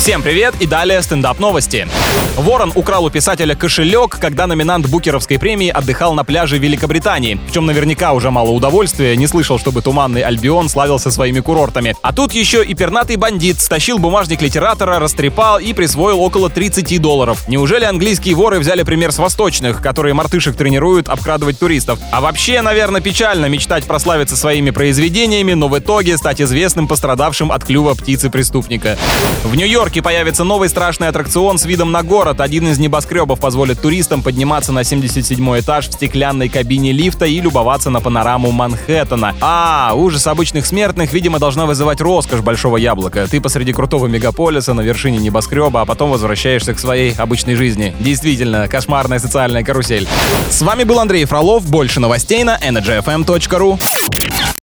Всем привет и далее стендап-новости. Ворон украл у писателя кошелек, когда номинант Букеровской премии отдыхал на пляже Великобритании. В чем наверняка уже мало удовольствия, не слышал, чтобы Туманный Альбион славился своими курортами. А тут еще и пернатый бандит стащил бумажник литератора, растрепал и присвоил около $30. Неужели английские воры взяли пример с восточных, которые мартышек тренируют обкрадывать туристов? А вообще, наверное, печально мечтать прославиться своими произведениями, но в итоге стать известным пострадавшим от клюва птицы-преступника. В Нью-Йорке появится новый страшный аттракцион с видом на город. Один из небоскребов позволит туристам подниматься на 77-й этаж в стеклянной кабине лифта и любоваться на панораму Манхэттена. Ужас обычных смертных, видимо, должна вызывать роскошь большого яблока. Ты посреди крутого мегаполиса на вершине небоскреба, а потом возвращаешься к своей обычной жизни. Действительно, кошмарная социальная карусель. С вами был Андрей Фролов. Больше новостей на energyfm.ru.